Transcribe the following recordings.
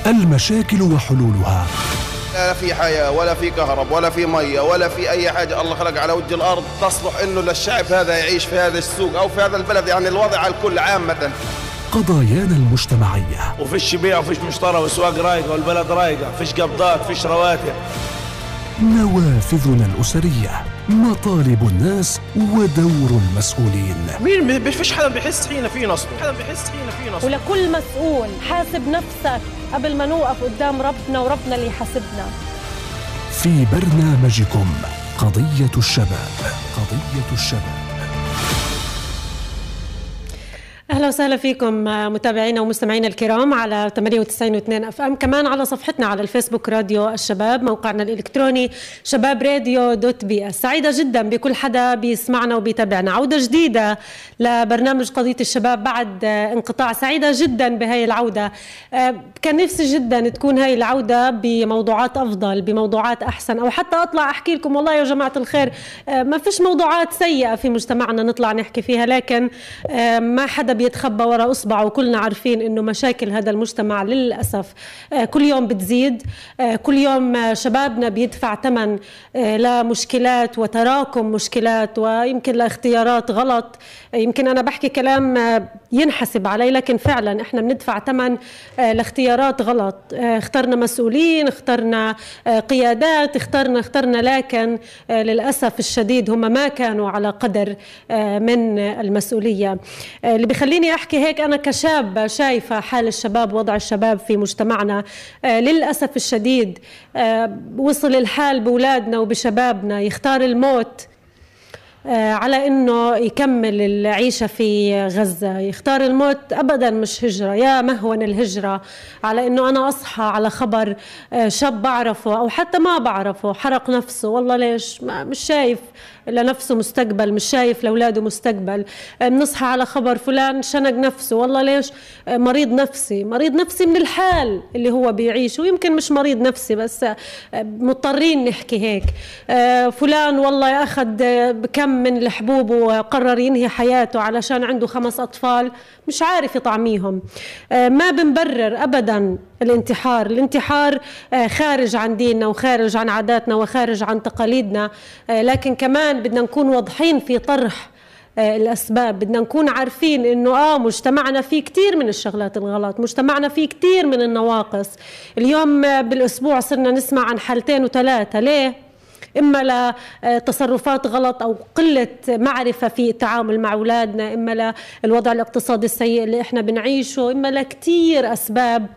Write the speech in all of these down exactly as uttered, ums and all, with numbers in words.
المشاكل وحلولها. لا في حياة ولا في كهرب ولا في مية ولا في أي حاجة الله خلق على وجه الأرض تصلح إنه للشعب هذا يعيش في هذا السوق أو في هذا البلد، يعني الوضع على الكل عامة. قضايانا المجتمعية، وفيش بيع وفيش مشترى وسواق رايقة والبلد رايقة، فيش قبضات فيش رواتب. نوافذنا الأسرية، مطالب الناس ودور المسؤولين. مين بيفيش حدا بيحس حين في نصب، حدا بيحس حين في نصب. ولكل مسؤول حاسب نفسك قبل ما نوقف قدام ربنا وربنا اللي يحاسبنا. في برنامجكم قضية الشباب، قضية الشباب. أهلا وسهلا فيكم متابعينا ومستمعينا الكرام على ثمانية وتسعين فاصلة اثنين اف ام، كمان على صفحتنا على الفيسبوك راديو الشباب، موقعنا الإلكتروني شباب راديو دوت بي اس. سعيدة جدا بكل حدا بيسمعنا وبيتابعنا. عودة جديدة لبرنامج قضية الشباب بعد انقطاع، سعيدة جدا بهاي العودة. كان نفسي جدا تكون هاي العودة بموضوعات أفضل، بموضوعات أحسن، أو حتى أطلع أحكي لكم والله يا جماعة الخير ما فيش موضوعات سيئة في مجتمعنا نطلع نحكي فيها، لكن ما حدا بيتخبى وراء أصبعه، وكلنا عارفين إنه مشاكل هذا المجتمع للأسف كل يوم بتزيد، كل يوم شبابنا بيدفع ثمن لمشكلات وتراكم مشكلات، ويمكن لاختيارات غلط. يمكن أنا بحكي كلام ينحسب علي، لكن فعلا إحنا بندفع ثمن لاختيارات غلط. اخترنا مسؤولين، اخترنا قيادات، اخترنا اخترنا لكن للأسف الشديد هم ما كانوا على قدر من المسؤولية. اللي بيخليني أحكي هيك أنا كشاب شايفة حال الشباب، وضع الشباب في مجتمعنا للأسف الشديد وصل الحال بأولادنا وبشبابنا يختار الموت على إنه يكمل العيشة في غزة، يختار الموت أبدا مش هجرة. يا مهون الهجرة على إنه أنا أصحى على خبر شاب بعرفه أو حتى ما بعرفه حرق نفسه. والله ليش؟ مش شايف لنفسه مستقبل، مش شايف لأولاده مستقبل. بنصحى على خبر فلان شنق نفسه. والله ليش؟ مريض نفسي، مريض نفسي من الحال اللي هو بيعيشه. ويمكن مش مريض نفسي بس مضطرين نحكي هيك. فلان والله أخذ بكم من الحبوب وقرر ينهي حياته علشان عنده خمس أطفال مش عارف يطعميهم. ما بنبرر أبدا الانتحار. الانتحار خارج عن ديننا وخارج عن عاداتنا وخارج عن تقاليدنا، لكن كمان بدنا نكون واضحين في طرح الأسباب. بدنا نكون عارفين إنه آه مجتمعنا فيه كتير من الشغلات الغلط، مجتمعنا فيه كتير من النواقص. اليوم بالأسبوع صرنا نسمع عن حالتين وثلاثة. ليه؟ إما لتصرفات غلط أو قلة معرفة في التعامل مع أولادنا، إما للوضع الاقتصادي السيء اللي إحنا بنعيشه، إما لكتير أسباب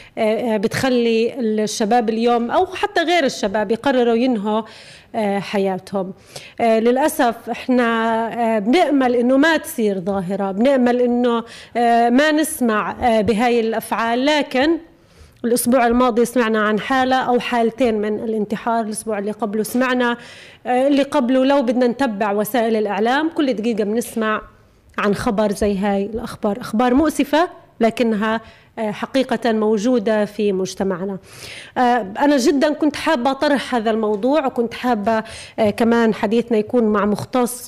بتخلي الشباب اليوم أو حتى غير الشباب يقرروا ينهوا حياتهم. للأسف إحنا بنأمل إنه ما تصير ظاهرة، بنأمل إنه ما نسمع بهاي الأفعال، لكن الأسبوع الماضي سمعنا عن حالة أو حالتين من الانتحار. الأسبوع اللي قبله سمعنا، اللي قبله لو بدنا نتبع وسائل الإعلام كل دقيقة بنسمع عن خبر زي هاي الأخبار، أخبار مؤسفة لكنها حقيقة موجودة في مجتمعنا. أنا جدا كنت حابة طرح هذا الموضوع، وكنت حابة كمان حديثنا يكون مع مختص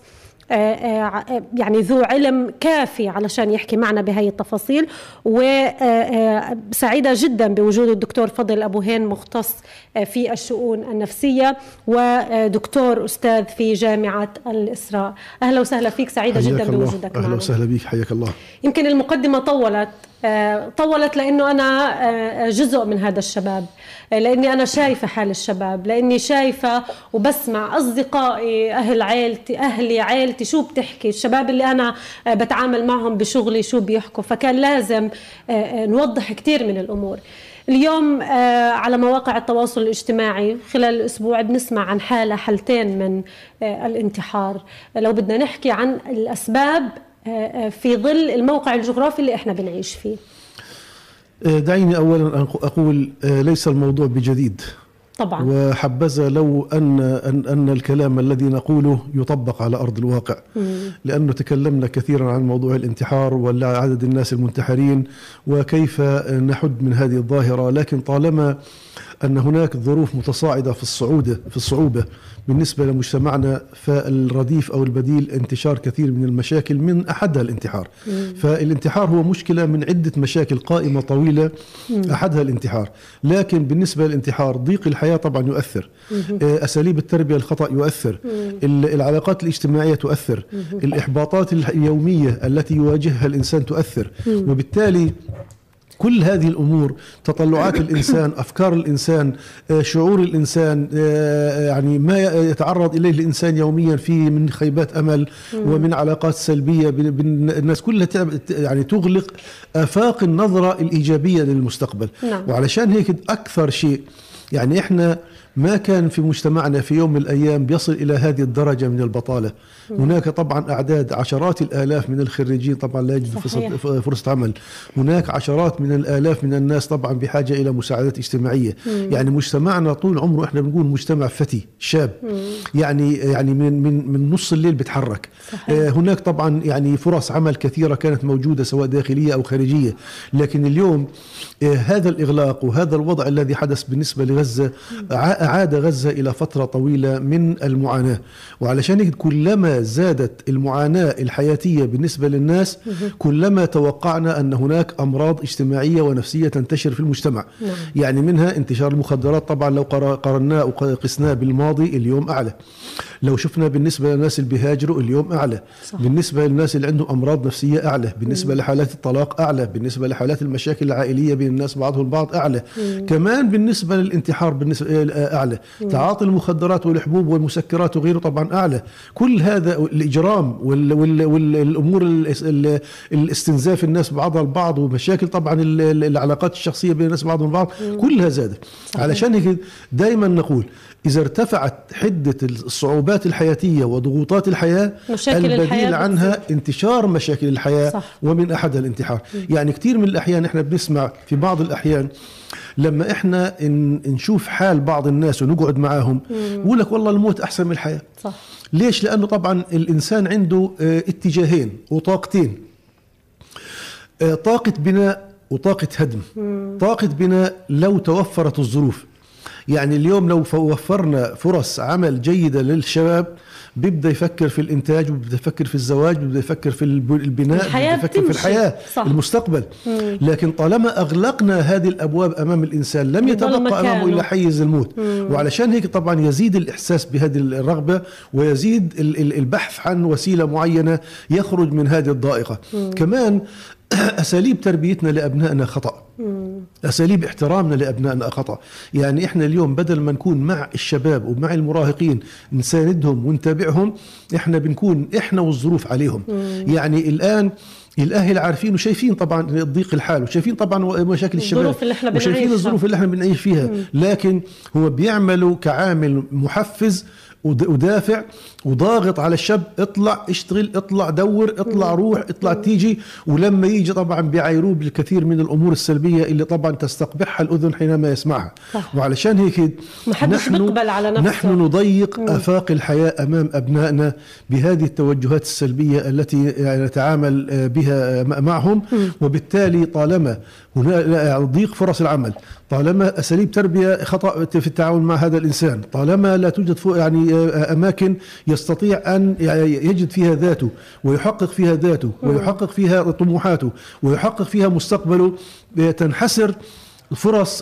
يعني ذو علم كافي علشان يحكي معنا بهاي التفاصيل. وسعيدة جدا بوجود الدكتور فضل أبو هين، مختص في الشؤون النفسية ودكتور أستاذ في جامعة الإسراء. أهلا وسهلا فيك، سعيدة جدا بوجودك معنا. أهلا وسهلا بك، حياك الله. يمكن المقدمة طولت طولت لأنه أنا جزء من هذا الشباب، لأني أنا شايفة حال الشباب، لأني شايفة وبسمع أصدقائي، أهل عائلتي، أهلي عائلتي شو بتحكي، الشباب اللي أنا بتعامل معهم بشغلي شو بيحكوا. فكان لازم نوضح كتير من الأمور. اليوم على مواقع التواصل الاجتماعي خلال الأسبوع بنسمع عن حالة حالتين من الانتحار. لو بدنا نحكي عن الأسباب في ظل الموقع الجغرافي اللي احنا بنعيش فيه، دعيني أولا أقول ليس الموضوع بجديد طبعا، وحبذا لو أن, أن, أن الكلام الذي نقوله يطبق على أرض الواقع. مم. لأنه تكلمنا كثيرا عن موضوع الانتحار وعدد الناس المنتحرين وكيف نحد من هذه الظاهرة، لكن طالما أن هناك ظروف متصاعدة في الصعودة في الصعوبة بالنسبة لمجتمعنا، فالرديف أو البديل انتشار كثير من المشاكل، من أحدها الانتحار. مم. فالانتحار هو مشكلة من عدة مشاكل قائمة طويلة، مم. أحدها الانتحار. لكن بالنسبة للانتحار ضيق الحياة طبعا يؤثر، مم. أساليب التربية الخطأ يؤثر، مم. العلاقات الاجتماعية تؤثر، مم. الإحباطات اليومية التي يواجهها الإنسان تؤثر، مم. وبالتالي كل هذه الأمور، تطلعات الإنسان، أفكار الإنسان، شعور الإنسان، يعني ما يتعرض إليه الإنسان يوميا فيه من خيبات أمل ومن علاقات سلبية بالناس، كلها يعني تغلق آفاق النظرة الإيجابية للمستقبل. نعم. وعلشان هيك أكثر شيء يعني إحنا ما كان في مجتمعنا في يوم من الأيام بيصل إلى هذه الدرجة من البطالة. مم. هناك طبعا أعداد عشرات الآلاف من الخريجين طبعا لا يجدوا فرصة عمل. هناك عشرات من الآلاف من الناس طبعا بحاجة إلى مساعدات اجتماعية. مم. يعني مجتمعنا طول عمره إحنا بنقول مجتمع فتي شاب. مم. يعني يعني من من من نص الليل بتحرك. آه هناك طبعا يعني فرص عمل كثيرة كانت موجودة سواء داخلية أو خارجية، لكن اليوم آه هذا الإغلاق وهذا الوضع الذي حدث بالنسبة لغزة عاد غزة إلى فترة طويلة من المعاناة. وعلشان هيك كلما زادت المعاناة الحياتية بالنسبة للناس كلما توقعنا أن هناك أمراض اجتماعية ونفسية تنتشر في المجتمع. نعم. يعني منها انتشار المخدرات طبعا لو قارناه وقسناه بالماضي اليوم أعلى. لو شفنا بالنسبة للناس اللي بيهاجروا اليوم أعلى. صح. بالنسبة للناس اللي عندهم أمراض نفسية أعلى. بالنسبة مم. لحالات الطلاق أعلى. بالنسبة لحالات المشاكل العائلية بين الناس بعضهم البعض أعلى. مم. كمان بالنسبة للانتحار بالنسبة أعلى. مم. تعاطي المخدرات والحبوب والمسكرات وغيره طبعا أعلى. كل هذا الإجرام وال وال والأمور الاستنزاف الناس بعضها البعض ومشاكل طبعا العلاقات الشخصية بين الناس بعضهم البعض كلها زادت. علشان هيك دائما نقول إذا ارتفعت حدة الصعوبات الحياتية وضغوطات الحياة البديل الحياة عنها انتشار مشاكل الحياة. صح. ومن أحدها الانتحار. م. يعني كثير من الأحيان إحنا بنسمع في بعض الأحيان لما إحنا نشوف حال بعض الناس ونقعد معاهم يقول لك والله الموت أحسن من الحياة. صح. ليش؟ لأنه طبعا الإنسان عنده اتجاهين وطاقتين، طاقة بناء وطاقة هدم. م. طاقة بناء لو توفرت الظروف، يعني اليوم لو وفرنا فرص عمل جيدة للشباب بيبدأ يفكر في الإنتاج، وبيبدأ يفكر في الزواج، بيبدأ يفكر في البناء، بيبدأ يفكر في الحياة. صح. المستقبل. مم. لكن طالما أغلقنا هذه الأبواب أمام الإنسان لم يتبقى أمامه إلا حيز الموت. مم. وعلشان هيك طبعا يزيد الإحساس بهذه الرغبة ويزيد البحث عن وسيلة معينة يخرج من هذه الضائقة. مم. كمان أساليب تربيتنا لأبنائنا خطأ. مم. أساليب احترامنا لأبنائنا خطأ. يعني إحنا اليوم بدل ما نكون مع الشباب ومع المراهقين نساندهم ونتابعهم، إحنا بنكون إحنا والظروف عليهم. مم. يعني الآن الأهل عارفين وشايفين طبعا ضيق الحال وشايفين طبعا مشاكل الشباب وشايفين الظروف اللي احنا بنعيش فيها. مم. لكن هو بيعملوا كعامل محفز ودافع وضاغط على الشاب، اطلع اشتغل، اطلع دور، اطلع روح، اطلع تيجي. ولما يجي طبعا بيعايروه بالكثير من الامور السلبيه اللي طبعا تستقبحها الاذن حينما يسمعها. صح. وعلشان هيك نحن على نحن نضيق مم. افاق الحياه امام ابنائنا بهذه التوجهات السلبيه التي نتعامل بها معهم. مم. وبالتالي طالما هنا ضيق فرص العمل، طالما أساليب تربية خطأ في التعامل مع هذا الإنسان، طالما لا توجد يعني أماكن يستطيع أن يجد فيها ذاته ويحقق فيها ذاته ويحقق فيها طموحاته ويحقق فيها مستقبله، تنحسر فرص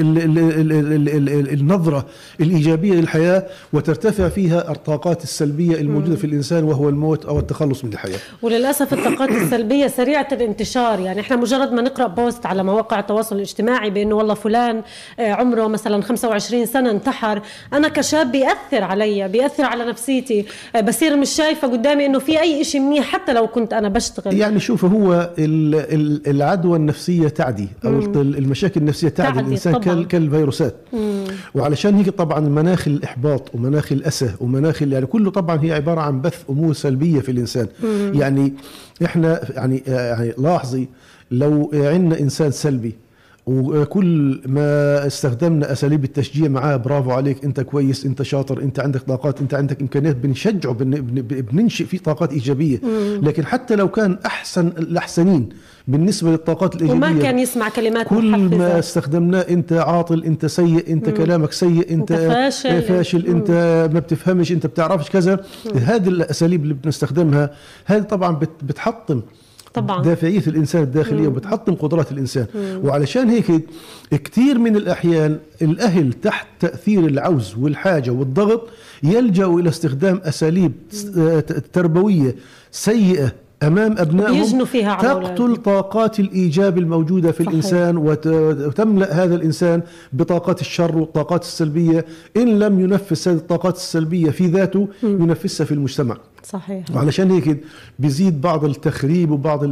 النظرة الإيجابية للحياة وترتفع فيها الطاقات السلبية الموجودة في الإنسان وهو الموت أو التخلص من الحياة. وللأسف الطاقات السلبية سريعة الانتشار. يعني إحنا مجرد ما نقرأ بوست على مواقع التواصل الاجتماعي بأنه والله فلان عمره مثلا خمسة وعشرين سنة انتحر، أنا كشاب بيأثر علي، بيأثر على نفسيتي، بصير مش شايفة قدامي أنه في أي إشي منيح حتى لو كنت أنا بشتغل. يعني شوف، هو العدوى النفسية تعدي أو المشاكل النفسية تعدي الإنسان طبعاً. كالفيروسات. مم. وعلشان هيك طبعا مناخ الإحباط ومناخ الأسى ومناخ يعني كله طبعا هي عبارة عن بث أمور سلبية في الإنسان. مم. يعني إحنا يعني يعني لاحظي لو عندنا إنسان سلبي وكل ما استخدمنا اساليب التشجيع معاه، برافو عليك، انت كويس، انت شاطر، انت عندك طاقات، انت عندك امكانيات، بنشجعه، بننشئ فيه طاقات ايجابيه. لكن حتى لو كان احسن الاحسنين بالنسبه للطاقات الايجابيه وما كان يسمع كلمات كل محفزة. ما استخدمناه انت عاطل، انت سيء، انت مم. كلامك سيء، انت, انت فاشل, فاشل انت ما بتفهمش، انت بتعرفش كذا. هذه الاساليب اللي بنستخدمها هذه طبعا بتحطم طبعا دافعية الإنسان الداخلية، مم. وبتحطم قدرات الإنسان. مم. وعلشان هيك كتير من الأحيان الأهل تحت تأثير العوز والحاجة والضغط يلجأوا إلى استخدام أساليب مم. تربوية سيئة أمام أبنائهم تقتل طاقات الإيجاب الموجودة في صحيح. الإنسان، وتملأ هذا الإنسان بطاقات الشر والطاقات السلبية. إن لم ينفس هذه الطاقات السلبية في ذاته م. ينفسها في المجتمع. صحيح. وعلشان هيك بيزيد بعض التخريب وبعض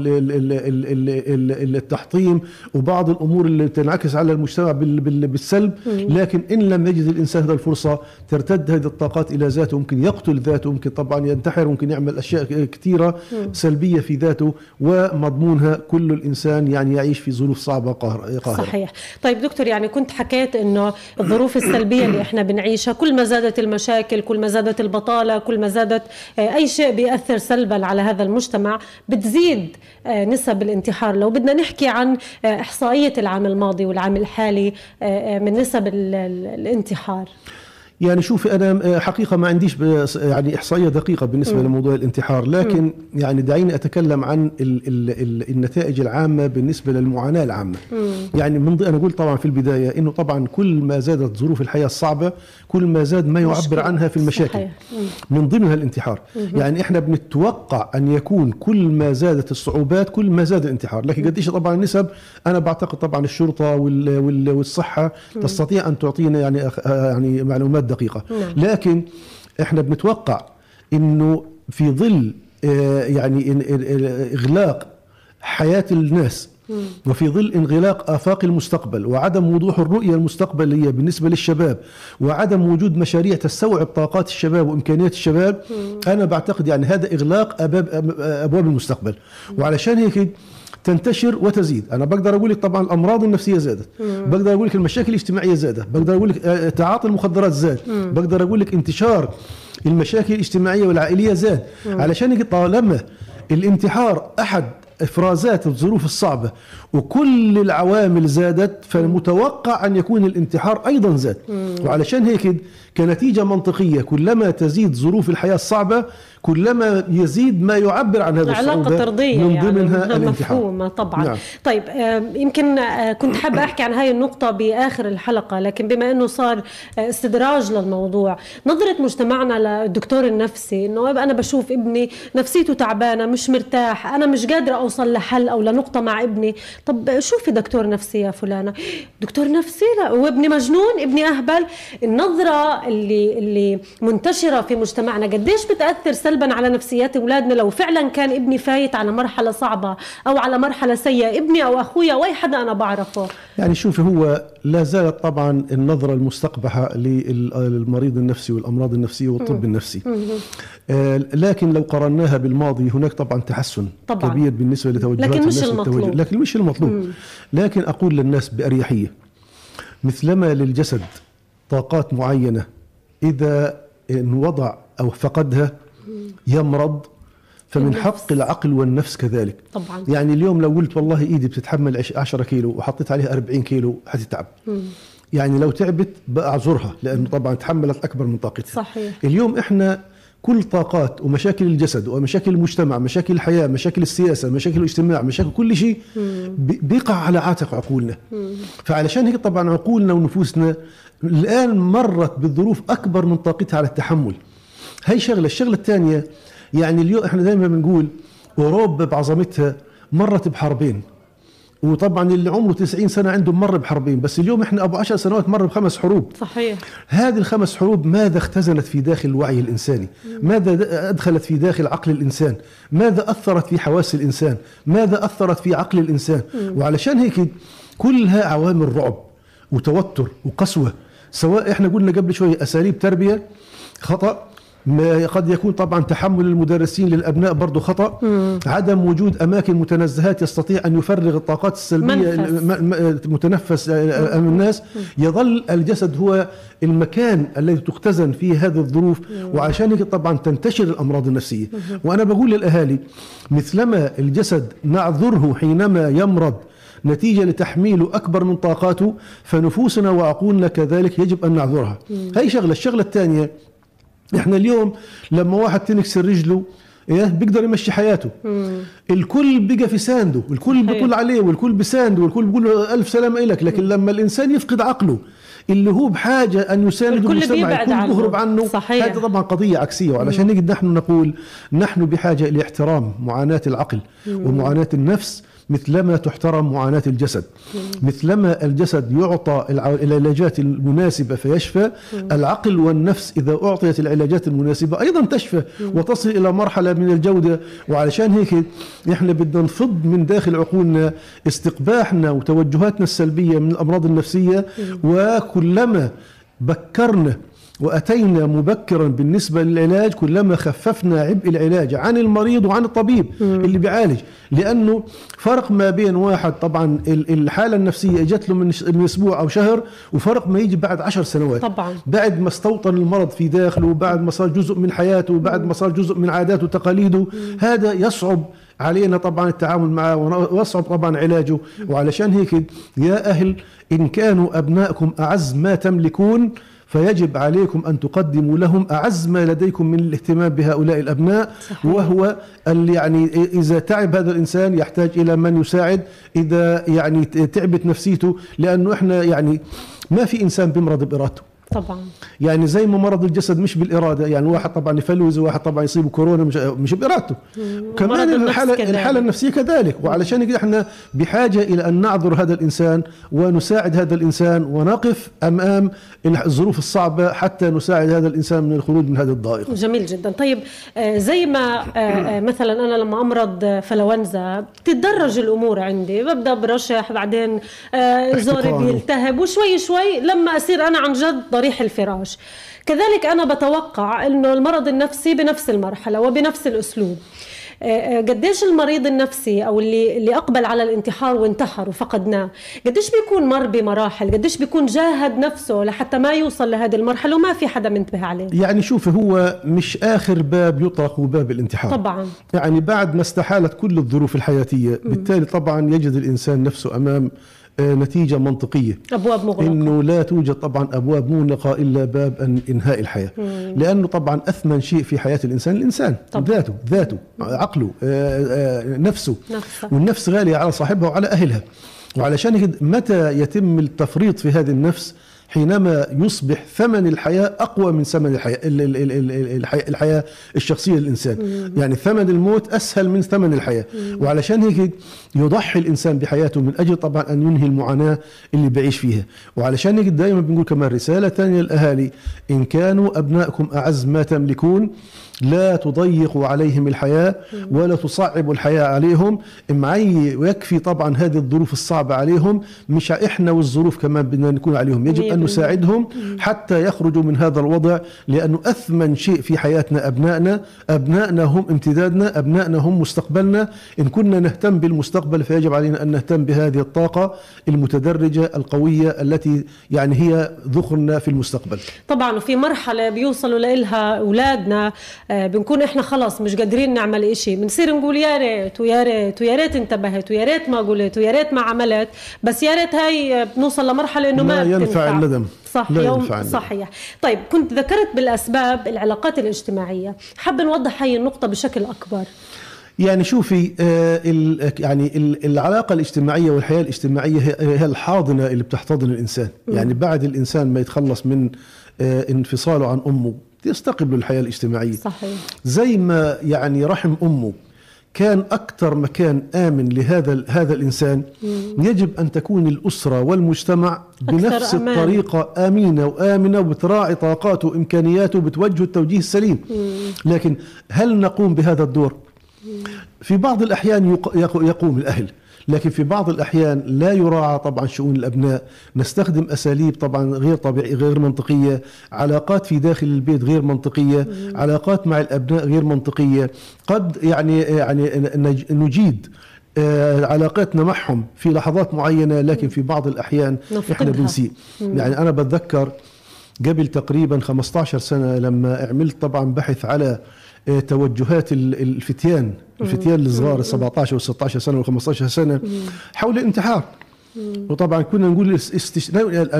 التحطيم وبعض الأمور اللي تنعكس على المجتمع بالسلب. م. لكن إن لم يجد الإنسان هذه الفرصة ترتد هذه الطاقات إلى ذاته، ممكن يقتل ذاته، ممكن طبعا ينتحر، ممكن يعمل أشياء كثيرة سلبية في ذاته، ومضمونها كل الإنسان يعني يعيش في ظروف صعبة قاهرة. صحيح. طيب دكتور، يعني كنت حكيت إنه الظروف السلبية اللي إحنا بنعيشها كل ما زادت المشاكل، كل ما زادت البطالة، كل ما زادت أي شيء بيأثر سلبا على هذا المجتمع بتزيد نسب الانتحار. لو بدنا نحكي عن إحصائية العام الماضي والعام الحالي من نسب الانتحار. يعني شوفي أنا حقيقة ما عنديش يعني إحصائية دقيقة بالنسبة م. لموضوع الانتحار، لكن م. يعني دعيني أتكلم عن ال ال ال النتائج العامة بالنسبة للمعاناة العامة. م. يعني من أنا قلت طبعا في البداية إنه طبعا كل ما زادت ظروف الحياة الصعبة كل ما زاد ما يعبر مشكلة. عنها في المشاكل، من ضمنها الانتحار. م. يعني إحنا بنتوقع أن يكون كل ما زادت الصعوبات كل ما زاد الانتحار، لكن قديش طبعا النسب أنا بعتقد طبعا الشرطة والصحة م. تستطيع أن تعطينا يعني يعني معلومات دقيقة. لكن احنا بنتوقع انه في ظل يعني اغلاق حياة الناس وفي ظل انغلاق آفاق المستقبل وعدم وضوح الرؤية المستقبلية بالنسبة للشباب وعدم وجود مشاريع تستوعب طاقات الشباب وإمكانيات الشباب، أنا بعتقد يعني هذا إغلاق أبواب, أبواب المستقبل. وعلشان هيك تنتشر وتزيد. أنا بقدر أقول لك طبعا الأمراض النفسية زادت، بقدر أقول لك المشاكل الاجتماعية زادت، بقدر أقول لك تعاطي المخدرات زاد، بقدر أقول لك انتشار المشاكل الاجتماعية والعائلية زاد. علشان هيك طالما الانتحار أحد إفرازات الظروف الصعبة وكل العوامل زادت، فالمتوقع أن يكون الانتحار أيضا زاد. وعلشان هيك كنتيجة منطقية كلما تزيد ظروف الحياة الصعبة كلما يزيد ما يعبر عن هذا الصعوبة، علاقة طردية من ضمنها يعني الانتحار. مفهومة طبعا. نعم. طيب يمكن كنت حابة أحكي عن هاي النقطة بآخر الحلقة، لكن بما أنه صار استدراج للموضوع، نظرة مجتمعنا للدكتور النفسي إنه أنا بشوف ابني نفسيته تعبانة مش مرتاح، أنا مش قادرة أوصل لحل أو لنقطة مع ابني، طب شوفي دكتور نفسي يا فلانة، دكتور نفسي لا وابني مجنون، ابني أهبل. النظرة اللي اللي منتشرة في مجتمعنا قديش بتأثر سلبا على نفسيات أولادنا لو فعلا كان ابني فايت على مرحلة صعبة أو على مرحلة سيئة، ابني أو أخويا أو أي حدا أنا بعرفه. يعني شوفي هو لا زالت طبعا النظرة المستقبحة للمريض النفسي والأمراض النفسية والطب النفسي، آه لكن لو قرناها بالماضي هناك طبعا تحسن طبعاً كبير بالنسبة لتوجهات لكن الناس مش المطلوب. لكن مش المطلوب. مم. لكن أقول للناس بأريحية مثلما للجسد طاقات معينة إذا انوضع أو فقدها يمرض، فمن حق العقل والنفس كذلك طبعا. يعني اليوم لو قلت والله إيدي بتتحمل عشرة كيلو وحطيت عليها أربعين كيلو هتتعب. مم. يعني لو تعبت بأعذرها لأنه طبعا تحملت أكبر من طاقتها. صحيح. اليوم إحنا كل طاقات ومشاكل الجسد ومشاكل المجتمع، مشاكل الحياة، مشاكل السياسة، مشاكل الاجتماع، مشاكل كل شيء بيقع على عاتق عقولنا. مم. فعلشان هيك طبعا عقولنا ونفوسنا الآن مرت بالظروف أكبر من طاقتها على التحمل. هاي شغلة. الشغلة الثانية يعني اليوم احنا دائما بنقول أوروبا بعظمتها مرت بحربين، وطبعا اللي عمره تسعين سنة عنده مر بحربين، بس اليوم احنا أبو عشر سنوات مر بخمس حروب. صحيح. هذه الخمس حروب ماذا اختزنت في داخل الوعي الإنساني؟ ماذا أدخلت في داخل عقل الإنسان؟ ماذا أثرت في حواس الإنسان؟ ماذا أثرت في عقل الإنسان؟ وعلشان هيك كلها عوامل رعب وتوتر وقسوة. سواء احنا قلنا قبل شوية أساليب تربية خطأ قد يكون طبعا تحمل المدرسين للأبناء برضو خطأ. مم. عدم وجود أماكن متنزهات يستطيع أن يفرغ الطاقات السلبية المتنفس أمام الناس. مم. يظل الجسد هو المكان الذي تختزن فيه هذه الظروف. مم. وعشان هيك طبعا تنتشر الأمراض النفسية. مم. وأنا بقول للأهالي مثلما الجسد نعذره حينما يمرض نتيجة لتحميله أكبر من طاقاته، فنفوسنا وعقولنا كذلك يجب أن نعذرها. مم. هاي شغلة. الشغلة الثانية، احنا اليوم لما واحد تنكسر رجله ايه بيقدر يمشي حياته. مم. الكل بقى في سانده، الكل بيقول عليه، والكل بسانده، والكل بيقول له ألف سلامة إلك. لكن مم. لما الإنسان يفقد عقله اللي هو بحاجة أن يساند المجتمع يكون يهرب عنه، هذا طبعا قضية عكسية. وعلشان نجد نحن نقول نحن بحاجة إلى احترام معاناة العقل مم. ومعاناة النفس مثلما تحترم معاناة الجسد. مم. مثلما الجسد يعطى العلاجات المناسبة فيشفى، مم. العقل والنفس إذا أعطيت العلاجات المناسبة أيضا تشفى مم. وتصل إلى مرحلة من الجودة. وعلشان هيك إحنا بدنا نفض من داخل عقولنا استقباحنا وتوجهاتنا السلبية من الأمراض النفسية. مم. وكلما بكرنا وأتينا مبكرا بالنسبة للعلاج كلما خففنا عبء العلاج عن المريض وعن الطبيب مم. اللي بيعالج. لأنه فرق ما بين واحد طبعا الحالة النفسية اجت له من أسبوع أو شهر، وفرق ما يجي بعد عشر سنوات طبعا. بعد ما استوطن المرض في داخله، بعد ما صار جزء من حياته، بعد ما صار جزء من عاداته وتقاليده. مم. هذا يصعب علينا طبعا التعامل معه ويصعب طبعا علاجه. وعلشان هيك يا أهل إن كانوا أبنائكم أعز ما تملكون فيجب عليكم أن تقدموا لهم أعز ما لديكم من الاهتمام بهؤلاء الأبناء. صحيح. وهو اللي يعني إذا تعب هذا الإنسان يحتاج إلى من يساعد، إذا يعني تعبت نفسيته، لأنه إحنا يعني ما في إنسان بيمرض بإرادته طبعا. يعني زي ما مرض الجسد مش بالإرادة، يعني واحد طبعا يفلوز وواحد طبعا يصيبه كورونا مش مش بإرادته. كمان الحالة الحالة النفسية كذلك. وعلشان كده احنا بحاجة إلى أن نعذر هذا الإنسان ونساعد هذا الإنسان ونقف أمام الظروف الصعبة حتى نساعد هذا الإنسان من الخروج من هذه الضائقة. جميل جدا. طيب زي ما مثلا أنا لما أمرض فلونزا بتتدرج الأمور عندي، ببدأ برشح، بعدين زوري بيلتهب، وشوي شوي لما أصير أنا عن جد ضريح الفراش. كذلك أنا بتوقع أنه المرض النفسي بنفس المرحلة وبنفس الأسلوب. قديش المريض النفسي أو اللي اللي أقبل على الانتحار وانتحر وفقدناه قديش بيكون مر بمراحل، قديش بيكون جاهد نفسه لحتى ما يوصل لهذه المرحلة وما في حدا منتبه عليه. يعني شوف، هو مش آخر باب يطرق باب الانتحار طبعا، يعني بعد ما استحالت كل الظروف الحياتية بالتالي طبعا يجد الإنسان نفسه أمام نتيجة منطقية، أبواب مغلقة، إنه لا توجد طبعا أبواب مغلقة إلا باب إنهاء الحياة. مم. لأنه طبعا أثمن شيء في حياة الإنسان الإنسان طبعا. ذاته ذاته عقله آآ آآ نفسه نفسه. والنفس غالية على صاحبها وعلى أهلها. وعلشان متى يتم التفريط في هذه النفس؟ حينما يصبح ثمن الحياة أقوى من ثمن الحياة, الحياة الشخصية للإنسان. مم. يعني ثمن الموت أسهل من ثمن الحياة. مم. وعلشان هيك يضحي الإنسان بحياته من أجل طبعا أن ينهي المعاناة اللي بعيش فيها. وعلشان هيك دائما بنقول كمان رسالة ثانية للأهالي: إن كانوا أبنائكم أعز ما تملكون لا تضيقوا عليهم الحياة ولا تصعبوا الحياة عليهم. معي ويكفي طبعا هذه الظروف الصعبة عليهم، مش إحنا والظروف كمان بدنا نكون عليهم. يجب أن نساعدهم حتى يخرجوا من هذا الوضع، لأنه أثمن شيء في حياتنا أبنائنا. أبنائنا هم امتدادنا، أبنائنا هم مستقبلنا. إن كنا نهتم بالمستقبل فيجب علينا أن نهتم بهذه الطاقة المتدرجة القوية التي يعني هي ذخرنا في المستقبل. طبعا. وفي مرحلة بيوصلوا لها أولادنا بنكون احنا خلاص مش قادرين نعمل اشي، بنصير نقول يا ريت ويا ريت ويا ريت انتبهت ويا ريت ما قلت ويا ريت ما عملت، بس يا ريت هاي بنوصل لمرحله انه ما ينفع الندم. صح، يوم صحيح. طيب، كنت ذكرت بالاسباب العلاقات الاجتماعيه، حابه نوضح هاي النقطه بشكل اكبر. يعني شوفي، آه يعني العلاقة الاجتماعية والحياة الاجتماعية هي الحاضنة اللي بتحتضن الإنسان. م. يعني بعد الإنسان ما يتخلص من آه انفصاله عن أمه تستقبل الحياة الاجتماعية. صحيح. زي ما يعني رحم أمه كان أكثر مكان آمن لهذا هذا الإنسان، مم. يجب أن تكون الأسرة والمجتمع بنفس أمان. الطريقة آمنة وآمنة وبتراعي طاقاته وإمكانياته وبتوجه التوجيه السليم. مم. لكن هل نقوم بهذا الدور؟ مم. في بعض الأحيان يقوم الأهل، لكن في بعض الأحيان لا يراعى طبعا شؤون الأبناء، نستخدم أساليب طبعا غير طبيعية غير منطقية، علاقات في داخل البيت غير منطقية، علاقات مع الأبناء غير منطقية، قد يعني يعني نجيد علاقاتنا معهم في لحظات معينة، لكن في بعض الأحيان نفقدها. إحنا بنسيء. يعني أنا بتذكر قبل تقريبا خمسة عشر سنة لما عملت طبعا بحث على توجهات الفتيان الفتيان الصغار سبعة عشر و ستة عشر سنة و خمسة عشر سنة حول الانتحار، وطبعا كنا نقول استش...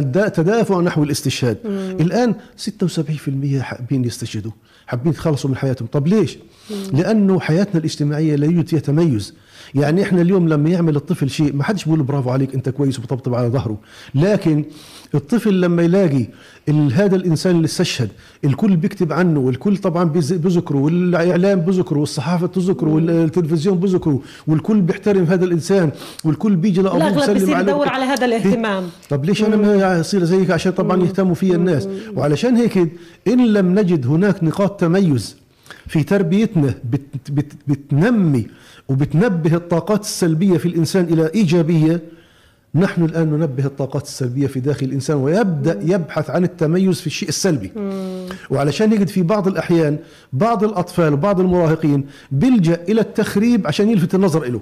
تدافع نحو الاستشهاد. الآن ستة وسبعين بالمئة حابين يستشهدوا، حابين يتخلصوا من حياتهم. طب ليش؟ لأنه حياتنا الاجتماعية لا يوجد فيها تميز. يعني احنا اليوم لما يعمل الطفل شيء ما حدش بيقول برافو عليك انت كويس وبطبطب على ظهره، لكن الطفل لما يلاقي هذا الانسان اللي استشهد الكل بيكتب عنه، والكل طبعا بيذكره، والاعلام بيذكره، والصحافه تذكره، والتلفزيون بيذكره، والكل بيحترم هذا الانسان، والكل بيجي لابوه الاغلب بيصير يدور على هذا الاهتمام. طب ليش انا ما اصير زيك؟ عشان طبعا يهتموا فيا الناس. وعلشان هيك ان لم نجد هناك نقاط تميز في تربيتنا بت بت بتنمي وبتنبه الطاقات السلبية في الإنسان إلى إيجابية، نحن الآن ننبه الطاقات السلبية في داخل الإنسان ويبدأ يبحث عن التميز في الشيء السلبي. وعلشان يجد في بعض الأحيان بعض الأطفال وبعض المراهقين بيلجأ إلى التخريب عشان يلفت النظر إله،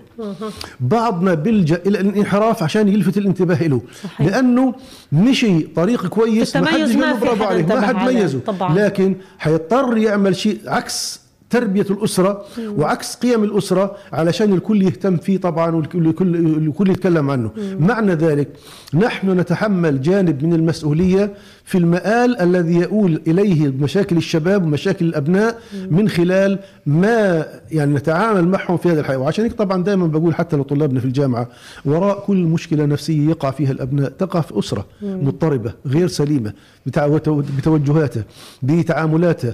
بعضنا بيلجأ إلى الانحراف عشان يلفت الانتباه إله، لأنه مشي طريق كويس ما حد يقول برافو عليه، ما حد ميزه، لكن حيضطر يعمل شيء عكس تربية الأسرة وعكس قيم الأسرة علشان الكل يهتم فيه طبعا والكل الكل يتكلم عنه. معنى ذلك نحن نتحمل جانب من المسؤولية في المآل الذي يؤول إليه مشاكل الشباب ومشاكل الأبناء من خلال ما يعني نتعامل معهم في هذا الحياة. وعشان هيك طبعا دائما بقول حتى لطلابنا في الجامعة وراء كل مشكلة نفسية يقع فيها الأبناء تقع في أسرة مضطربة غير سليمة بتوجهاتها بتعاملاتها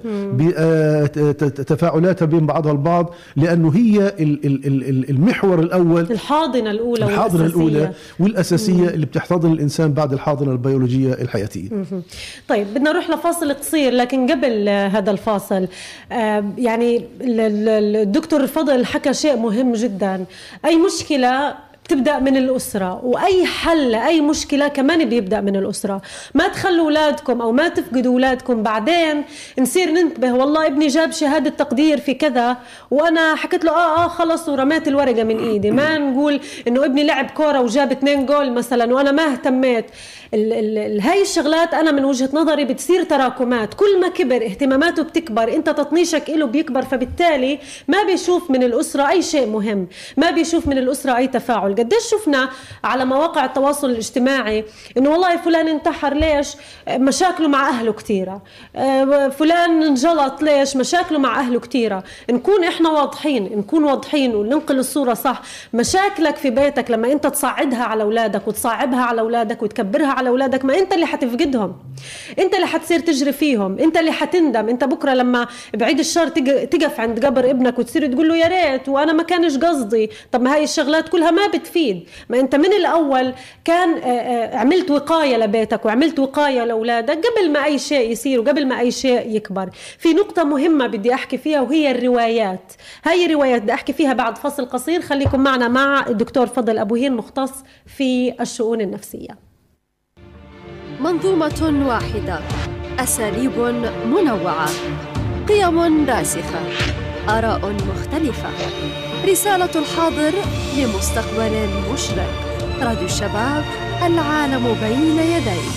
بتفاعلاتها بين بعضها البعض، لأنه هي المحور الأول، الحاضنة الأولى الحاضنة الأولى والأساسية اللي بتحتضن الإنسان بعد الحاضنة البيولوجية الحياتية. طيب بدنا نروح لفاصل قصير، لكن قبل هذا الفاصل يعني الدكتور فضل حكى شيء مهم جدا. أي مشكلة بتبدأ من الأسرة، وأي حل لأي مشكلة كمان بيبدأ من الأسرة. ما تخلوا أولادكم أو ما تفقدوا أولادكم بعدين نصير ننتبه والله ابني جاب شهادة تقدير في كذا وأنا حكيت له آه آه خلص ورميت الورقة من إيدي. ما نقول إنه ابني لعب كورة وجاب اتنين جول مثلا وأنا ما اهتميت. ال ال ال هاي الشغلات أنا من وجهة نظري بتصير تراكمات، كل ما كبر اهتماماته بتكبر، أنت تطنيشك إله بيكبر، فبالتالي ما بيشوف من الأسرة أي شيء مهم، ما بيشوف من الأسرة أي تفاعل. قديش شفنا على مواقع التواصل الاجتماعي إنه والله فلان انتحر ليش؟ مشاكله مع أهله كتيرة، فلان انجلط ليش؟ مشاكله مع أهله كتيرة. نكون إحنا واضحين، نكون واضحين وننقل الصورة صح. مشاكلك في بيتك لما أنت تصعدها على أولادك وتصعبها على أولادك وتكبرها على أولادك، ما أنت اللي حتفقدهم، أنت اللي حتصير تجري فيهم، أنت اللي حتندم. أنت بكرة لما بعيد الشر تقف عند قبر ابنك وتصير تقول له يا ريت وأنا ما كانش قصدي. طب ما هاي الشغلات كلها ما بتفيد. ما أنت من الأول كان عملت وقاية لبيتك وعملت وقاية لأولادك قبل ما أي شيء يصير وقبل ما أي شيء يكبر. في نقطة مهمة بدي أحكي فيها وهي الروايات. هاي الروايات بدي أحكي فيها بعد فصل قصير. خليكم معنا مع الدكتور فضل أبو هين مختص في الشؤون النفسية. منظومة واحدة، أساليب منوعة، قيم راسخة، آراء مختلفة، رسالة الحاضر لمستقبل مشرق. راديو الشباب، العالم بين يديك.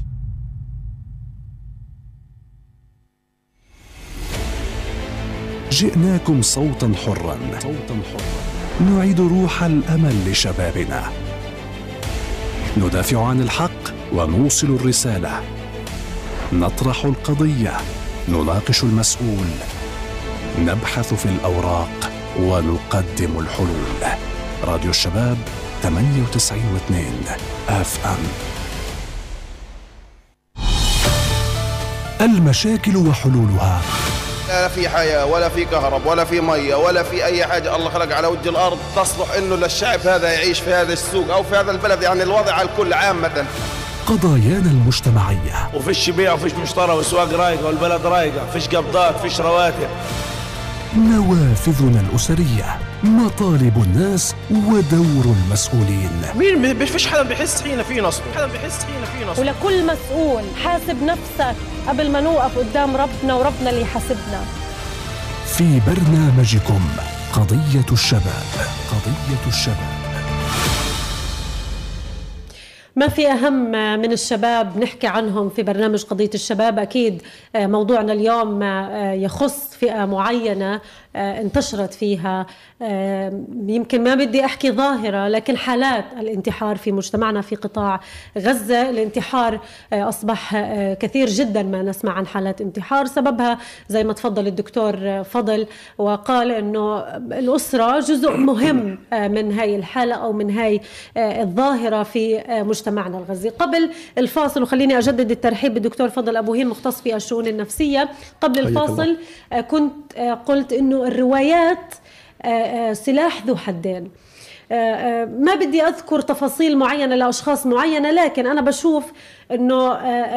جئناكم صوتا حرا، صوتا حرا نعيد روح الأمل لشبابنا، ندافع عن الحق ونوصل الرسالة، نطرح القضية، نناقش المسؤول، نبحث في الأوراق ونقدم الحلول. راديو الشباب ثمانية وتسعين واثنين اف ام. المشاكل وحلولها. لا في حياة ولا في كهرب ولا في مية ولا في أي حاجة الله خلق على وجه الأرض تصلح إنه للشعب هذا يعيش في هذا السوق أو في هذا البلد، يعني الوضع على الكل عامة. قضايانا المجتمعية، وفيش بيع وفيش مشترى وسواق رايقة والبلد رايقة، فيش قبضات فيش رواتب. نوافذنا الأسرية، مطالب الناس ودور المسؤولين. مين بيفش حدا بيحس حين في نصب، حدا بيحس حين في نصب. ولكل مسؤول حاسب نفسك قبل ما نوقف قدام ربنا وربنا اللي يحاسبنا. في برنامجكم قضية الشباب. قضية الشباب. ما في أهم من الشباب نحكي عنهم في برنامج قضية الشباب. أكيد موضوعنا اليوم يخص فئة معينة انتشرت فيها، يمكن ما بدي أحكي ظاهرة، لكن حالات الانتحار في مجتمعنا في قطاع غزة. الانتحار أصبح كثير جدا، ما نسمع عن حالات انتحار سببها زي ما تفضل الدكتور فضل وقال أنه الأسرة جزء مهم من هاي الحالة أو من هاي الظاهرة في مجتمعنا الغزي. قبل الفاصل، وخليني أجدد الترحيب بالدكتور فضل أبو هين مختص في الشؤون النفسية. قبل الفاصل كنت قلت أنه الروايات سلاح ذو حدين. ما بدي أذكر تفاصيل معينة لأشخاص معينة، لكن أنا بشوف أنه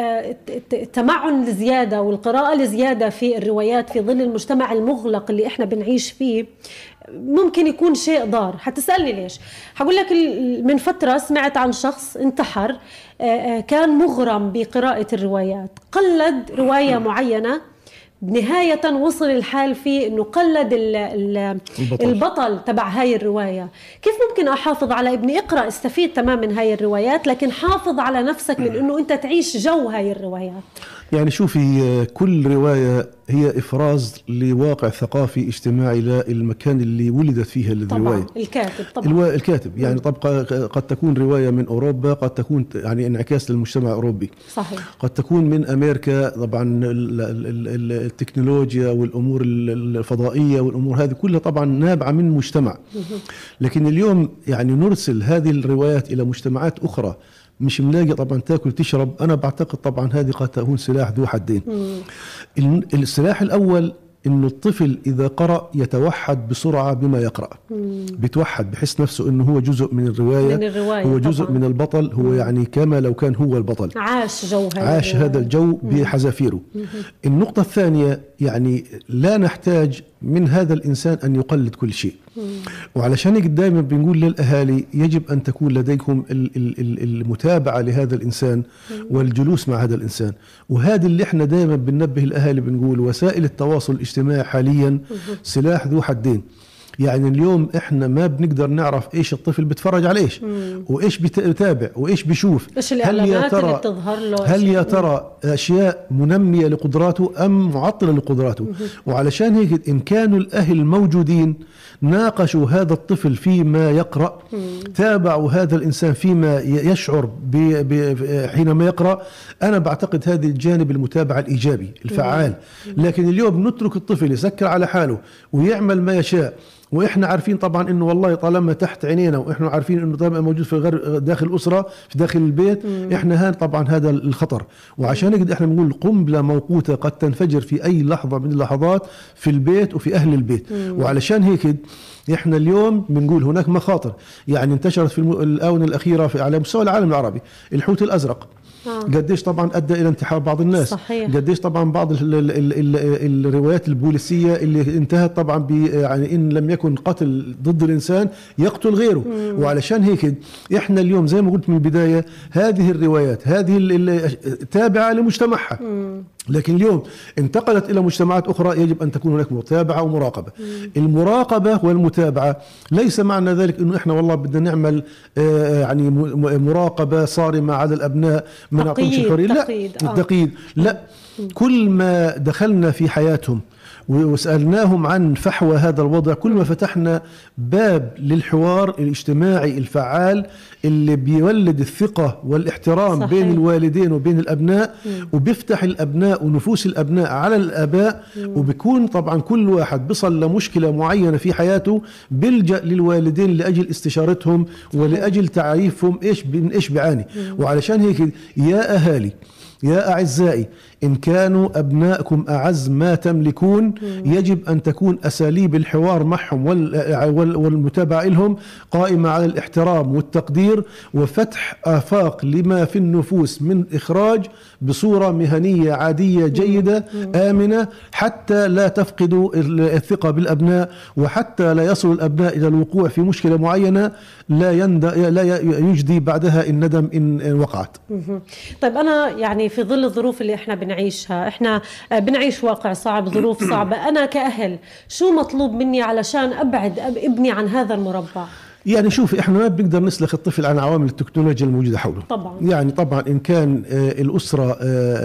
التمعن الزيادة والقراءة الزيادة في الروايات في ظل المجتمع المغلق اللي إحنا بنعيش فيه ممكن يكون شيء ضار. حتسألني ليش؟ هقول لك من فترة سمعت عن شخص انتحر كان مغرم بقراءة الروايات، قلد رواية معينة، بنهاية وصل الحال فيه أنه قلد ال ال البطل. البطل تبع هاي الرواية. كيف ممكن أحافظ على ابني؟ اقرأ، استفيد تمام من هاي الروايات، لكن حافظ على نفسك من أنه أنت تعيش جو هاي الروايات. يعني شوفي، كل رواية هي إفراز لواقع ثقافي اجتماعي للمكان اللي ولدت فيها الرواية. طبعا الكاتب طبعا الكاتب يعني طبعا قد تكون رواية من أوروبا، قد تكون يعني انعكاس للمجتمع الأوروبي، صحيح. قد تكون من أمريكا. طبعا التكنولوجيا والأمور الفضائية والأمور هذه كلها طبعا نابعة من مجتمع، لكن اليوم يعني نرسل هذه الروايات إلى مجتمعات أخرى مش ملاقي طبعا تاكل تشرب. أنا بعتقد طبعا هذه قد تكون سلاح ذو حدين. السلاح الأول إنه الطفل إذا قرأ يتوحد بسرعة بما يقرأ، بيتوحد بحس نفسه إنه هو جزء من الرواية, من الرواية هو جزء طبعاً. من البطل، هو مم. يعني كما لو كان هو البطل، عاش جو هذا عاش هذا الجو بحذافيره. النقطة الثانية، يعني لا نحتاج من هذا الإنسان أن يقلد كل شيء، مم. وعلشان هيك دائما بنقول للأهالي يجب أن تكون لديكم المتابعة لهذا الإنسان مم. والجلوس مع هذا الإنسان. وهذا اللي احنا دائما بننبه الأهالي، بنقول وسائل التواصل الاجتماعي حاليا مم. سلاح ذو حدين. يعني اليوم احنا ما بنقدر نعرف ايش الطفل بيتفرج على ايش مم. وايش بيتابع وايش بيشوف، ايش الاعلانات اللي بتظهر له، هل يا ترى اشياء منميه لقدراته ام معطله لقدراته. مم. وعلشان هيك ان كانوا الاهل موجودين ناقشوا هذا الطفل فيما يقرأ، مم. تابعوا هذا الإنسان فيما يشعر حينما يقرأ. أنا بعتقد هذا الجانب المتابعة الإيجابي الفعال. مم. لكن اليوم نترك الطفل يسكر على حاله ويعمل ما يشاء، واحنا عارفين طبعا انه والله طالما تحت عينينا، واحنا عارفين انه طالما موجود في الغر داخل الاسره في داخل البيت، مم. احنا هان طبعا هذا الخطر. وعشان كده احنا بنقول قنبله موقوته قد تنفجر في اي لحظه من اللحظات في البيت وفي اهل البيت. مم. وعلشان هيك احنا اليوم بنقول هناك مخاطر يعني انتشرت في الاونه الاخيره في على مستوى العالم العربي. الحوت الازرق آه. قديش طبعا ادى الى انتحار بعض الناس، صحيح. قديش طبعا بعض ال ال ال ال الروايات البوليسيه اللي انتهت طبعا ب يعني ان لم يكن قتل ضد الانسان يقتل غيره. مم. وعلشان هيك احنا اليوم زي ما قلت من البدايه هذه الروايات هذه تابعه لمجتمعها، مم. لكن اليوم انتقلت إلى مجتمعات أخرى يجب أن تكون هناك متابعة ومراقبة. مم. المراقبة والمتابعة ليس معنى ذلك أنه إحنا والله بدنا نعمل آه يعني مراقبة صارمة على الأبناء ما نعطيهمش الحرية، لا التقييد آه. لا مم. كل ما دخلنا في حياتهم وسألناهم عن فحوى هذا الوضع، كل ما فتحنا باب للحوار الاجتماعي الفعال اللي بيولد الثقة والاحترام، صحيح. بين الوالدين وبين الأبناء، مم. وبيفتح الأبناء ونفوس الأبناء على الآباء، مم. وبيكون طبعا كل واحد بيصل لمشكلة معينة في حياته بيلجأ للوالدين لأجل استشارتهم، صحيح. ولأجل تعريفهم إيش من إيش بيعاني. وعلشان هيك يا أهالي يا أعزائي، إن كانوا أبنائكم أعز ما تملكون يجب أن تكون أساليب الحوار معهم والمتابعة لهم قائمة على الاحترام والتقدير وفتح آفاق لما في النفوس من إخراج بصورة مهنية عادية جيدة آمنة، حتى لا تفقدوا الثقة بالأبناء، وحتى لا يصل الأبناء إلى الوقوع في مشكلة معينة لا يند... لا يجدي بعدها الندم إن وقعت. طيب أنا يعني في ظل الظروف اللي إحنا بنعيشها، إحنا بنعيش واقع صعب، ظروف صعبة، أنا كأهل شو مطلوب مني علشان أبعد ابني عن هذا المربع؟ يعني شوفي احنا ما بنقدر نسلخ الطفل عن عوامل التكنولوجيا الموجوده حوله طبعا. يعني طبعا ان كان الاسره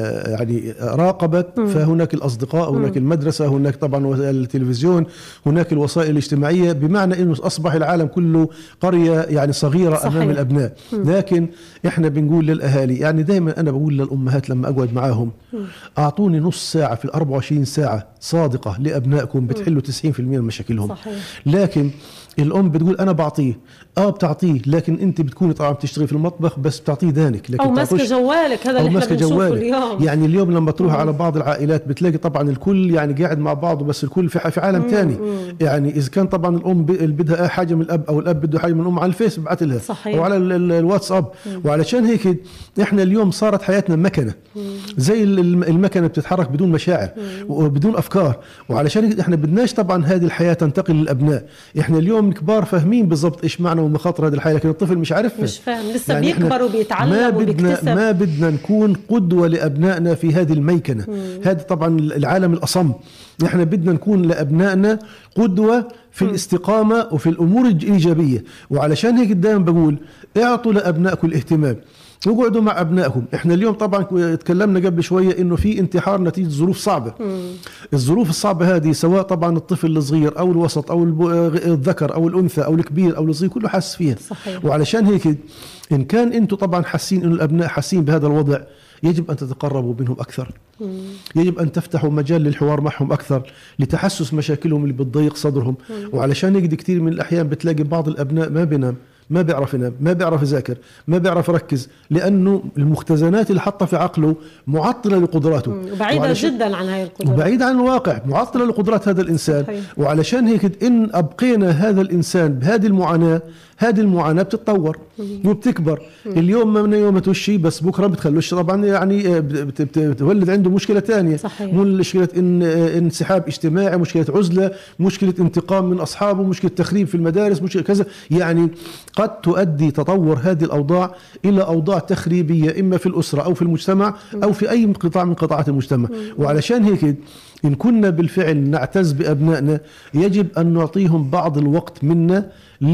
يعني راقبت فهناك الاصدقاء، هناك المدرسه، هناك طبعا التلفزيون، هناك الوسائل الاجتماعيه، بمعنى انه اصبح العالم كله قريه يعني صغيره. صحيح. امام الابناء. لكن احنا بنقول للاهالي، يعني دائما انا بقول للامهات لما اقعد معاهم اعطوني نص ساعه في الأربعة وعشرين ساعه صادقه لابنائكم بتحلوا تسعين بالمئة من مشاكلهم. صحيح. لكن الام بتقول انا بعطيه، اه بتعطيه، لكن انت بتكوني طبعا بتشتغلي في المطبخ بس بتعطيه دانك، لكن او ماسكه جوالك. هذا اللي احنا بنشوفه اليوم. يعني اليوم لما تروح على بعض العائلات بتلاقي طبعا الكل يعني قاعد مع بعضه، بس الكل في في عالم ثاني. يعني اذا كان طبعا الام بدها حاجه من الاب او الاب بده حاجه من الام على الفيس ببعث لها. صحيح. او على الواتساب. مم. وعلشان هيك احنا اليوم صارت حياتنا مكنه، زي المكنه بتتحرك بدون مشاعر وبدون افكار، وعلشان هيك احنا بدناش طبعا هذه الحياه تنتقل للابناء. احنا اليوم الكبار فاهمين بالضبط ايش معنى ومخاطر هذه الحياه، لكن الطفل مش عارفها، مش فاهم، لسه يعني بيكبر وبيتعلم وبيكتسب. ما بدنا نكون قدوه لابنائنا في هذه الميكنه. هذا طبعا العالم الاصم. احنا بدنا نكون لابنائنا قدوه في م. الاستقامه وفي الامور الايجابيه، وعلشان هيك دائما بقول اعطوا لابنائكم الاهتمام، وقعدوا مع ابنائكم. احنا اليوم طبعا تكلمنا قبل شويه انه في انتحار نتيجه ظروف صعبه. مم. الظروف الصعبه هذه سواء طبعا الطفل الصغير او الوسط او الذكر او الانثى او الكبير او الصغير كله حاسس فيها. صحيح. وعلشان هيك ان كان انتم طبعا حاسين انه الابناء حاسين بهذا الوضع، يجب ان تتقربوا منهم اكثر. مم. يجب ان تفتحوا مجال للحوار معهم اكثر لتحسس مشاكلهم اللي بتضيق صدرهم. مم. وعلشان هيك كثير من الاحيان بتلاقي بعض الابناء ما بينام، ما بيعرف ينام، ما بيعرف يذاكر، ما بيعرف يركز، لأنه المختزنات اللي حطها في عقله معطلة لقدراته، وبعيدة جدا عن هاي القدرات، وبعيدة عن الواقع، معطلة لقدرات هذا الإنسان. صحيح. وعلشان هيك إن أبقينا هذا الإنسان بهذه المعاناة، هذه المعاناة بتتطور وبتكبر. اليوم ما من يوم توشي بس بكرة بتخلوش طبعا يعني بتولد عنده مشكلة تانية. صحيح. مو مشكلة إن انسحاب اجتماعي، مشكلة عزلة، مشكلة انتقام من أصحابه، مشكلة تخريب في المدارس، مشكلة كذا. يعني قد تؤدي تطور هذه الأوضاع إلى أوضاع تخريبية إما في الأسرة أو في المجتمع أو في أي قطاع من قطاعات المجتمع. وعلشان هيك إن كنا بالفعل نعتز بأبنائنا يجب أن نعطيهم بعض الوقت منا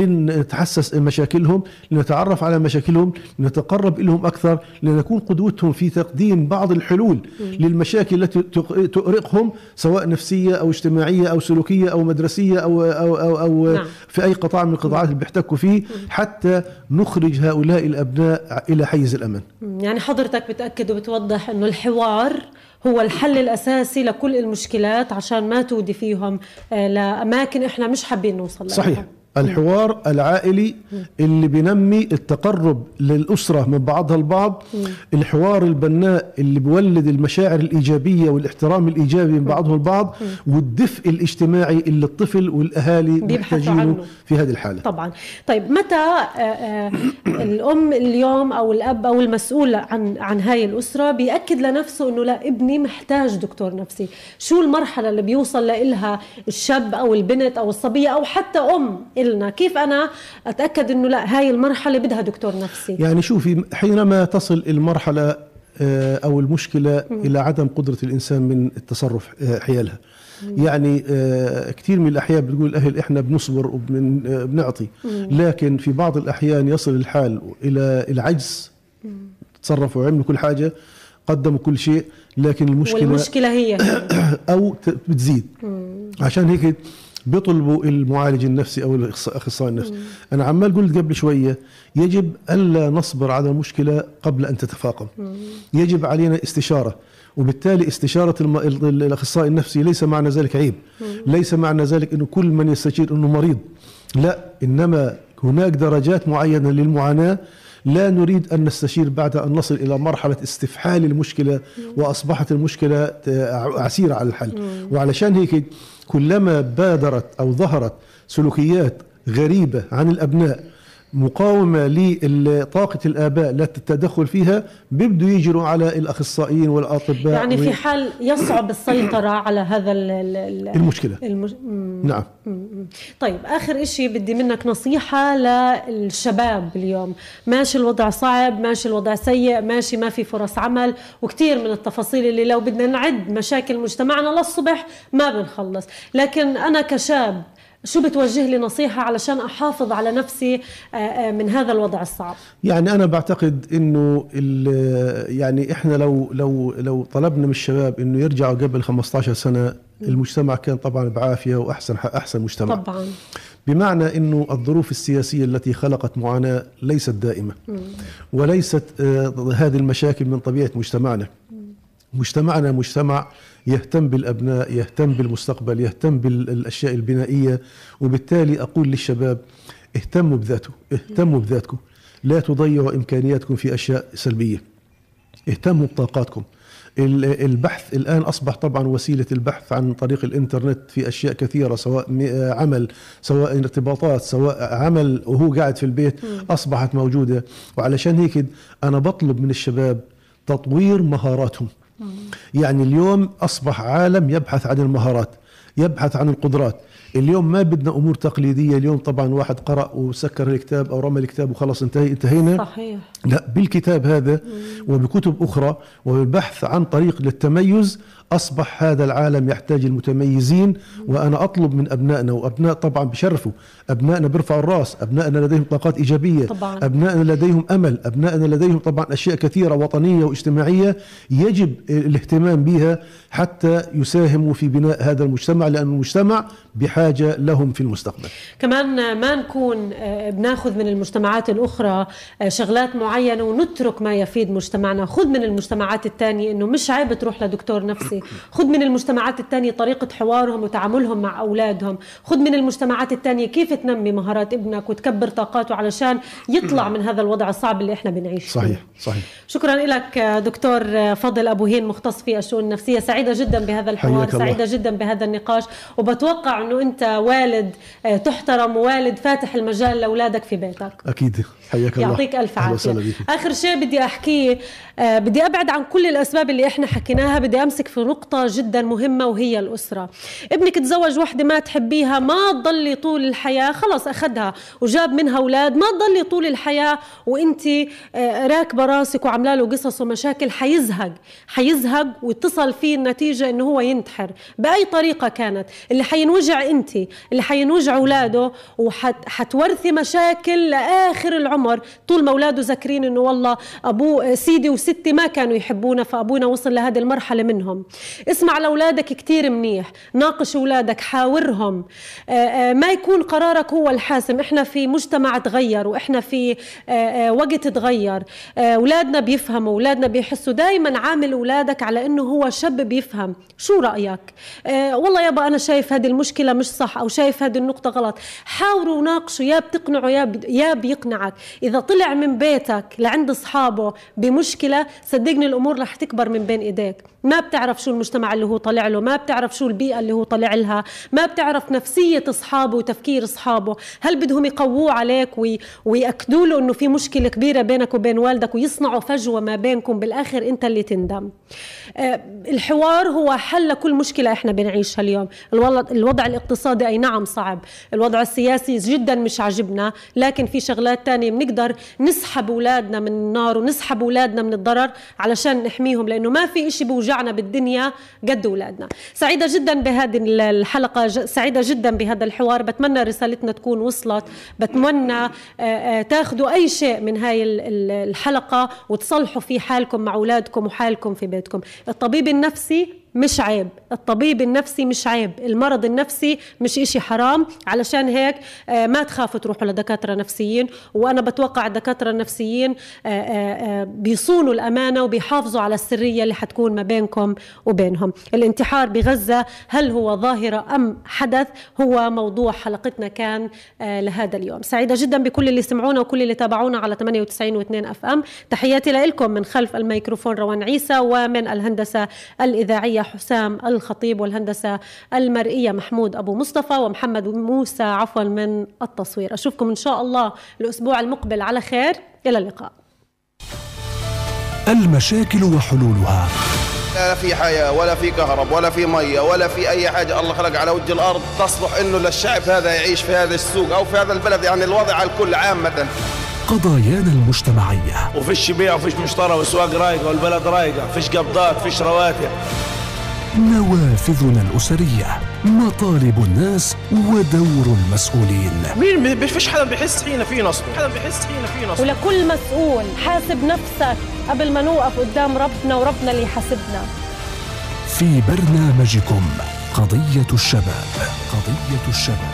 لنتحسس مشاكلهم، لنتعرف على مشاكلهم، لنتقرب إليهم أكثر، لنكون قدوتهم في تقديم بعض الحلول للمشاكل التي تؤرقهم سواء نفسية أو اجتماعية أو سلوكية أو مدرسية أو, أو, أو, أو نعم. في أي قطاع من القطاعات اللي بيحتكوا فيه، حتى نخرج هؤلاء الأبناء إلى حيز الأمان. يعني حضرتك بتأكد وبتوضح أنه الحوار هو الحل الأساسي لكل المشكلات عشان ما تودي فيهم لأماكن إحنا مش حابين نوصل لها. صحيح. الحوار العائلي اللي بينمي التقرب للأسرة من بعضها البعض، الحوار البناء اللي بيولد المشاعر الإيجابية والاحترام الإيجابي من بعضهم البعض، والدفء الاجتماعي اللي الطفل والأهالي محتاجينه في هذه الحالة. طبعا. طيب متى الأم اليوم أو الأب أو المسؤول عن عن هاي الأسرة بيأكد لنفسه إنه لا ابني محتاج دكتور نفسي؟ شو المرحلة اللي بيوصل لها الشاب أو البنت أو الصبية أو حتى أم إلنا؟ كيف أنا أتأكد إنه لا هاي المرحلة بدها دكتور نفسي؟ يعني شوفي، حينما تصل المرحلة أو المشكلة م. إلى عدم قدرة الإنسان من التصرف حيالها، م. يعني كثير من الأحيان بتقول الأهل إحنا بنصبر وبنعطي، لكن في بعض الأحيان يصل الحال إلى العجز، تصرفوا وعملوا كل حاجة، قدموا كل شيء، لكن المشكلة والمشكلة هي أو بتزيد. م. عشان هيك بيطلبوا المعالج النفسي أو الأخصائي النفسي. أنا عمال قلت قبل شوية يجب ألا نصبر على المشكلة قبل أن تتفاقم. يجب علينا استشارة، وبالتالي استشارة الأخصائي النفسي ليس معنى ذلك عيب، ليس معنى ذلك أنه كل من يستشير أنه مريض، لا، إنما هناك درجات معينة للمعاناة لا نريد أن نستشير بعد أن نصل إلى مرحلة استفحال المشكلة وأصبحت المشكلة عسيرة على الحل. وعلشان هيك كلما بادرت أو ظهرت سلوكيات غريبة عن الأبناء مقاومة لطاقة الآباء لا التدخل فيها، بيبدوا يجروا على الأخصائيين والأطباء. يعني في حال يصعب السيطرة على هذا المشكلة. المش... نعم. طيب آخر إشي بدي منك نصيحة للشباب اليوم. ماشي الوضع صعب، ماشي الوضع سيء، ماشي ما في فرص عمل وكتير من التفاصيل اللي لو بدنا نعد مشاكل مجتمعنا للصبح ما بنخلص، لكن أنا كشاب شو بتوجه لي نصيحة علشان أحافظ على نفسي من هذا الوضع الصعب؟ يعني أنا بعتقد إنه يعني إحنا لو لو لو طلبنا من الشباب إنه يرجعوا قبل خمسة عشر سنة، المجتمع كان طبعا بعافية وأحسن أحسن مجتمع. طبعا. بمعنى إنه الظروف السياسية التي خلقت معاناة ليست دائمة، وليست هذه المشاكل من طبيعة مجتمعنا. مجتمعنا مجتمع يهتم بالأبناء، يهتم بالمستقبل، يهتم بالأشياء البنائية، وبالتالي أقول للشباب اهتموا بذاته، اهتموا بذاتكم، لا تضيعوا إمكانياتكم في أشياء سلبية، اهتموا بطاقاتكم. البحث الآن أصبح طبعا وسيلة البحث عن طريق الإنترنت في أشياء كثيرة، سواء عمل، سواء ارتباطات، سواء عمل وهو قاعد في البيت أصبحت موجودة. وعلشان هيك أنا بطلب من الشباب تطوير مهاراتهم. يعني اليوم أصبح عالم يبحث عن المهارات، يبحث عن القدرات. اليوم ما بدنا أمور تقليدية. اليوم طبعا واحد قرأ وسكر الكتاب أو رمى الكتاب وخلص انتهي انتهينا. صحيح. لا، بالكتاب هذا وبكتب أخرى وبالبحث عن طريق للتميز أصبح هذا العالم يحتاج المتميزين. وأنا أطلب من أبنائنا، وأبناء طبعا بشرفوا، أبنائنا بيرفعوا الرأس، أبنائنا لديهم طاقات إيجابية طبعا. أبنائنا لديهم أمل، أبنائنا لديهم طبعا أشياء كثيرة وطنية واجتماعية يجب الاهتمام بها حتى يساهموا في بناء هذا المجتمع، لأن المجتمع بحاجة لهم في المستقبل. كمان ما نكون بناخذ من المجتمعات الأخرى شغلات معينة ونترك ما يفيد مجتمعنا. خذ من المجتمعات الثانية إنه مش عيب تروح لدكتور نفسي، خذ من المجتمعات الثانية طريقة حوارهم وتعاملهم مع أولادهم، خذ من المجتمعات الثانية كيف تنمي مهارات ابنك وتكبر طاقاته علشان يطلع من هذا الوضع الصعب اللي احنا بنعيش. صحيح صحيح. شكرا لك دكتور فضل أبو هين، مختص في الشؤون النفسية. سعيدة جدا بهذا الحوار، سعيدة جدا بهذا النقاش، وبتوقع أنه أنت والد تحترم ووالد فاتح المجال لأولادك في بيتك. أكيد. حياك الله. يعطيك ألف عافية. آخر شيء بدي أحكيه، آه بدي أبعد عن كل الأسباب اللي إحنا حكيناها، بدي أمسك في نقطة جدا مهمة وهي الأسرة. ابنك تزوج واحدة ما تحبيها، ما تضلي طول الحياة، خلص أخدها وجاب منها أولاد، ما تضلي طول الحياة وإنت آه راكبة راسك وعملة له قصص ومشاكل. حيزهق حيزهق واتصل فيه النتيجة إنه هو ينتحر بأي طريقة كانت. اللي حينوجع أنت، اللي حينوجع أولاده، وحتورثي مشاكل لآخر العمر طول ما أولاده ذاكرين إنه والله أبوه سيدي وستي ما كانوا يحبونا فأبونا وصل لهذه المرحلة منهم. اسمع لأولادك كتير منيح، ناقش أولادك، حاورهم، ما يكون قرارك هو الحاسم. إحنا في مجتمع تغير وإحنا في وقت تغير، أولادنا بيفهموا، أولادنا بيحسوا. دايما عامل أولادك على إنه هو شاب بيفهم. شو رأيك؟ والله يابا أنا شايف هذه المشكلة مش صح، أو شايف هذه النقطة غلط. حاوروا وناقشوا، يا بتقنعوا يا يا بيقنعك. إذا طلع من بيتك لعند أصحابه بمشكلة، صدقني الأمور رح تكبر من بين إيديك. ما بتعرف شو المجتمع اللي هو طالع له، ما بتعرف شو البيئة اللي هو طالع لها، ما بتعرف نفسية أصحابه وتفكير أصحابه. هل بدهم يقووه عليك وي... ويأكدوا له إنه في مشكلة كبيرة بينك وبين والدك ويصنعوا فجوة ما بينكم، بالآخر أنت اللي تندم. أه الحوار هو حل لكل مشكلة إحنا بنعيشها اليوم. الوضع الاقتصادي أي نعم صعب، الوضع السياسي جدا مش عاجبنا، لكن في شغلات تانية بنقدر نسحب أولادنا من النار ونسحب أولادنا من الضرر علشان نحميهم، لأنه ما في إشي بوجعنا بالدنيا قد أولادنا. سعيدة جدا بهذه الحلقة، سعيدة جدا بهذا الحوار. بتمنى رسالتنا تكون وصلت، بتمنى تاخدوا أي شيء من هاي الحلقة وتصلحوا في حالكم مع أولادكم وحالكم في بيتكم. الطبيب النفسي مش عيب، الطبيب النفسي مش عيب، المرض النفسي مش إشي حرام. علشان هيك ما تخافوا تروحوا لدكاترة نفسيين، وأنا بتوقع الدكاترة النفسيين بيصونوا الأمانة وبيحافظوا على السرية اللي حتكون ما بينكم وبينهم. الانتحار بغزة هل هو ظاهرة أم حدث؟ هو موضوع حلقتنا كان لهذا اليوم. سعيدة جدا بكل اللي سمعونا وكل اللي تابعونا على ثمانية وتسعين واثنين أف أم. تحياتي لكم من خلف الميكروفون روان عيسى، ومن الهندسة الإذاعية حسام الخطيب، والهندسة المرئية محمود أبو مصطفى، ومحمد موسى عفوا من التصوير. أشوفكم إن شاء الله الأسبوع المقبل على خير. إلى اللقاء. المشاكل وحلولها. لا في حياة ولا في كهرب ولا في مية ولا في أي حاجة الله خلق على وجه الأرض تصلح إنه للشعب هذا يعيش في هذا السوق أو في هذا البلد، يعني الوضع على الكل عامة. قضايانا المجتمعية، وفيش بيع وفيش مشترى وسواق رايقة والبلد رايقة، فيش قبضات فيش رواتب. نوافذنا الأسرية، مطالب الناس ودور المسؤولين. مين بيفيش حدا بيحس حين في نصب، حدا بيحس حين في نصب. ولكل مسؤول حاسب نفسك قبل ما نوقف قدام ربنا، وربنا اللي يحاسبنا. في برنامجكم قضية الشباب. قضية الشباب.